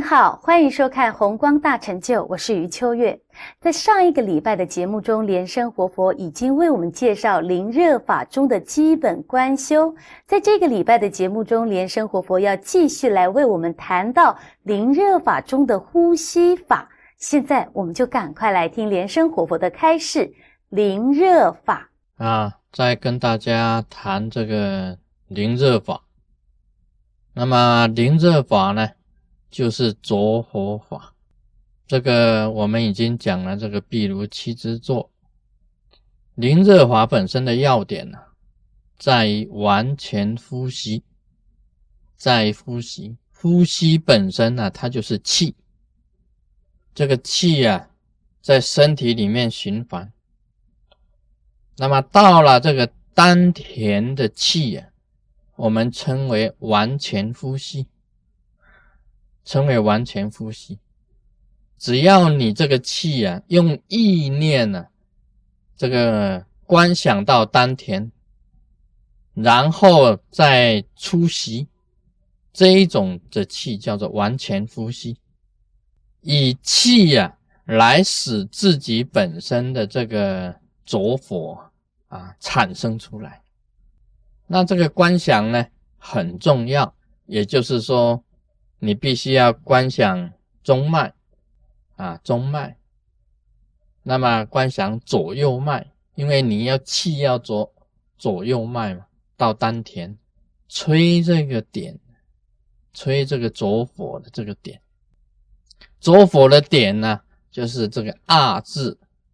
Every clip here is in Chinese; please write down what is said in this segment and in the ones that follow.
好，欢迎收看弘光大成就，我是余秋月。在上一个礼拜的节目中，莲生活佛已经为我们介绍灵热法中的基本观修。在这个礼拜的节目中，莲生活佛要继续来为我们谈到灵热法中的呼吸法。现在我们就赶快来听莲生活佛的开示灵热法。 再跟大家谈这个灵热法。那么灵热法呢，就是着火法。这个我们已经讲了，这个譬如七支坐。灵热法本身的要点呢，在于完全呼吸，在于呼吸。呼吸本身呢，它就是气。这个气啊，在身体里面循环。那么到了这个丹田的气啊，我们称为完全呼吸，称为完全呼吸。只要你这个气啊，用意念啊，这个观想到丹田，然后再出息，这一种的气叫做完全呼吸。以气啊，来使自己本身的这个着火产生出来。那这个观想呢很重要，也就是说你必须要观想中脉中脉，那么观想左右脉，因为你要气要左右脉嘛，到丹田吹这个点，吹这个着火的这个点。着火的点呢，就是这个字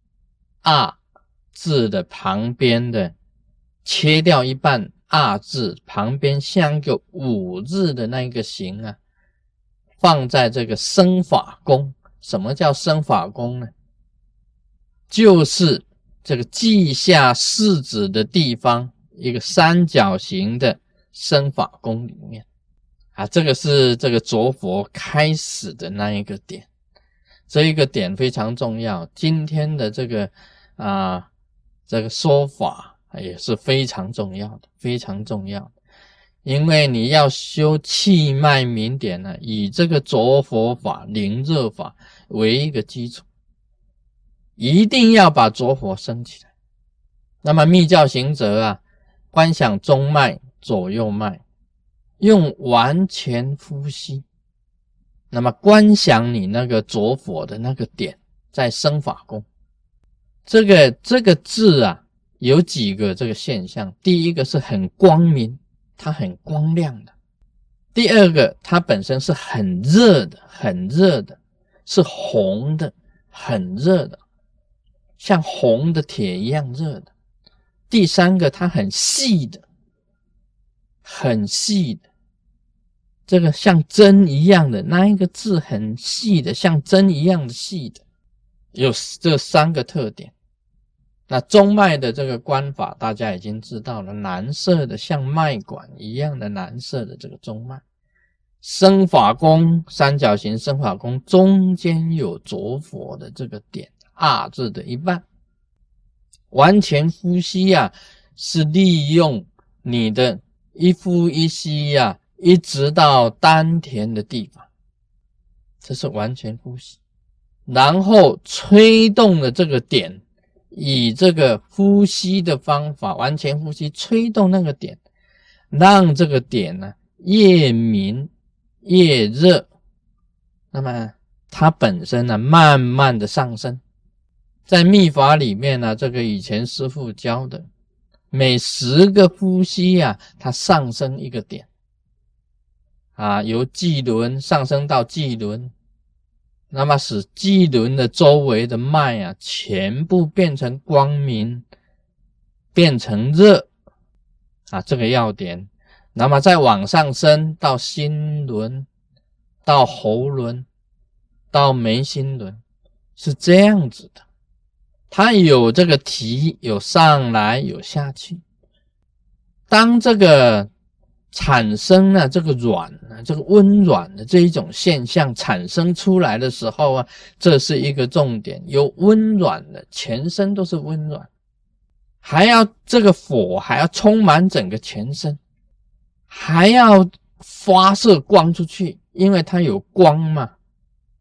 字的旁边的切掉一半，字旁边像个五字的那个形啊，放在这个生法宫。什么叫生法宫呢？就是这个稷下四指的地方，一个三角形的生法宫里面这个是这个着火开始的那一个点。这一个点非常重要，今天的这个这个说法也是非常重要的，非常重要的。因为你要修气脉明点呢，以这个着火法、灵热法为一个基础，一定要把着火升起来。那么密教行者观想中脉、左右脉，用完全呼吸，那么观想你那个着火的那个点在生法宫。这个字有几个这个现象。第一个是很光明，它很光亮的。第二个，它本身是很热的，很热的，是红的，很热的，像红的铁一样热的。第三个，它很细的，很细的，这个像针一样的，那一个字很细的，像针一样的细的。有这三个特点。那中脉的这个观法大家已经知道了，蓝色的像脉管一样的蓝色的这个中脉。生法宫，三角形生法宫中间有着火的这个点，字的一半。完全呼吸是利用你的一呼一吸一直到丹田的地方，这是完全呼吸。然后吹动了这个点，以这个呼吸的方法，完全呼吸吹动那个点，让这个点越明越热，那么它本身慢慢的上升。在密法里面这个以前师父教的，每10个呼吸它上升一个点由际轮上升到际轮，那么使际轮的周围的脉全部变成光明，变成热这个要点。那么再往上升到心轮，到喉轮，到眉心轮，是这样子的。它有这个提，有上来，有下去。当这个产生这个软这个温软的这一种现象产生出来的时候这是一个重点。有温软的，全身都是温软，还要这个火还要充满整个全身，还要发射光出去，因为它有光嘛，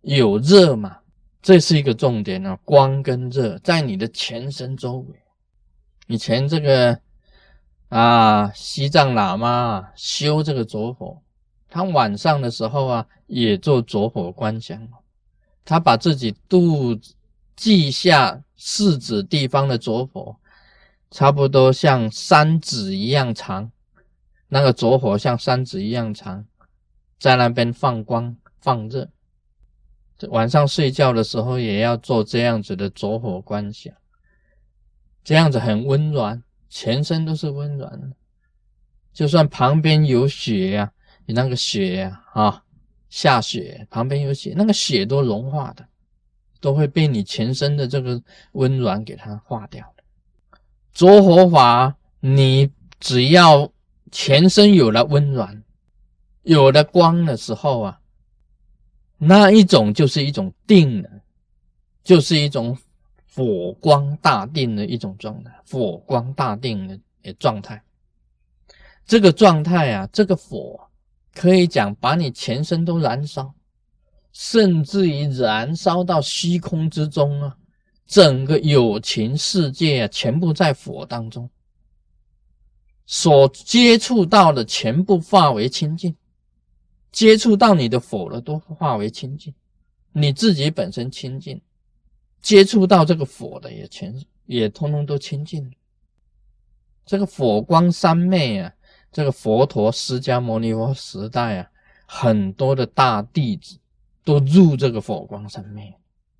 有热嘛，这是一个重点啊，光跟热在你的全身周围。以前这个西藏喇嘛修这个着火，他晚上的时候啊也做着火观想，他把自己肚脐下4指地方的着火差不多像3指一样长，那个着火像3指一样长，在那边放光放热。晚上睡觉的时候也要做这样子的着火观想，这样子很温暖，全身都是温暖的。就算旁边有雪啊，你那个雪下雪旁边有雪，那个雪都融化的，都会被你全身的这个温暖给它化掉的。着火法，你只要全身有了温暖，有了光的时候啊，那一种就是一种定了，就是一种火光大定的一种状态，火光大定的状态。这个状态啊，这个火可以讲把你全身都燃烧，甚至于燃烧到虚空之中啊，整个有情世界啊，全部在火当中，所接触到的全部化为清净，接触到你的火了都化为清净，你自己本身清净，接触到这个火的也通通都清净。这个火光三昧啊，这个佛陀释迦牟尼佛时代啊，很多的大弟子都入这个火光三昧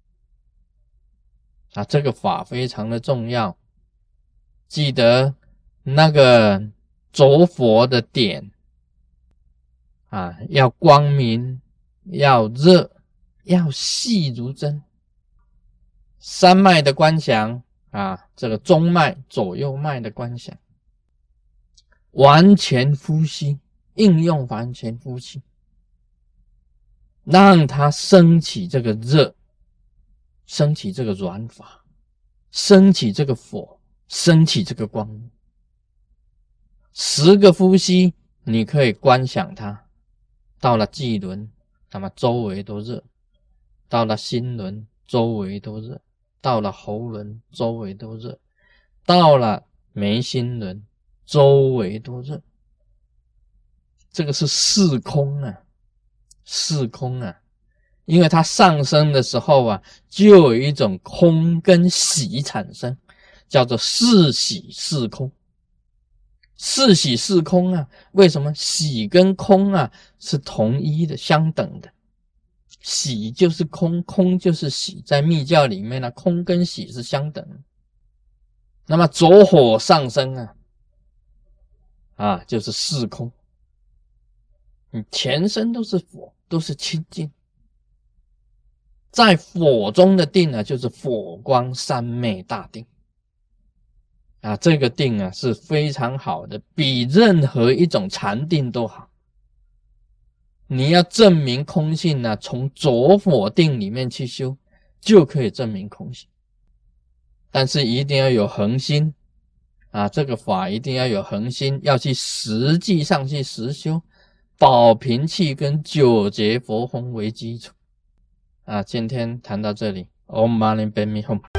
啊，这个法非常的重要。记得那个着火的点啊，要光明，要热，要细如针。三脉的观想啊，这个中脉、左右脉的观想，完全呼吸，应用完全呼吸，让它升起这个热，升起这个软法，升起这个火，升起这个光。10个呼吸，你可以观想它，到了际轮，那么周围都热；到了心轮，周围都热；到了喉轮，周围都热；到了眉心轮，周围都热。这个是四空啊，四空啊，因为它上升的时候啊，就有一种空跟喜产生，叫做四喜四空。四喜四空啊，为什么喜跟空啊是同一的、相等的？喜就是空，空就是喜，在密教里面呢，空跟喜是相等的。那么着火上升就是四空，你全身都是火，都是清净。在火中的定就是火光三昧大定这个定是非常好的，比任何一种禅定都好。你要证明空性从着火定里面去修，就可以证明空性。但是一定要有恒心这个法一定要有恒心，要去实际上去实修，保平气跟9节佛风为基础今天谈到这里。Om Mani Padme Hum。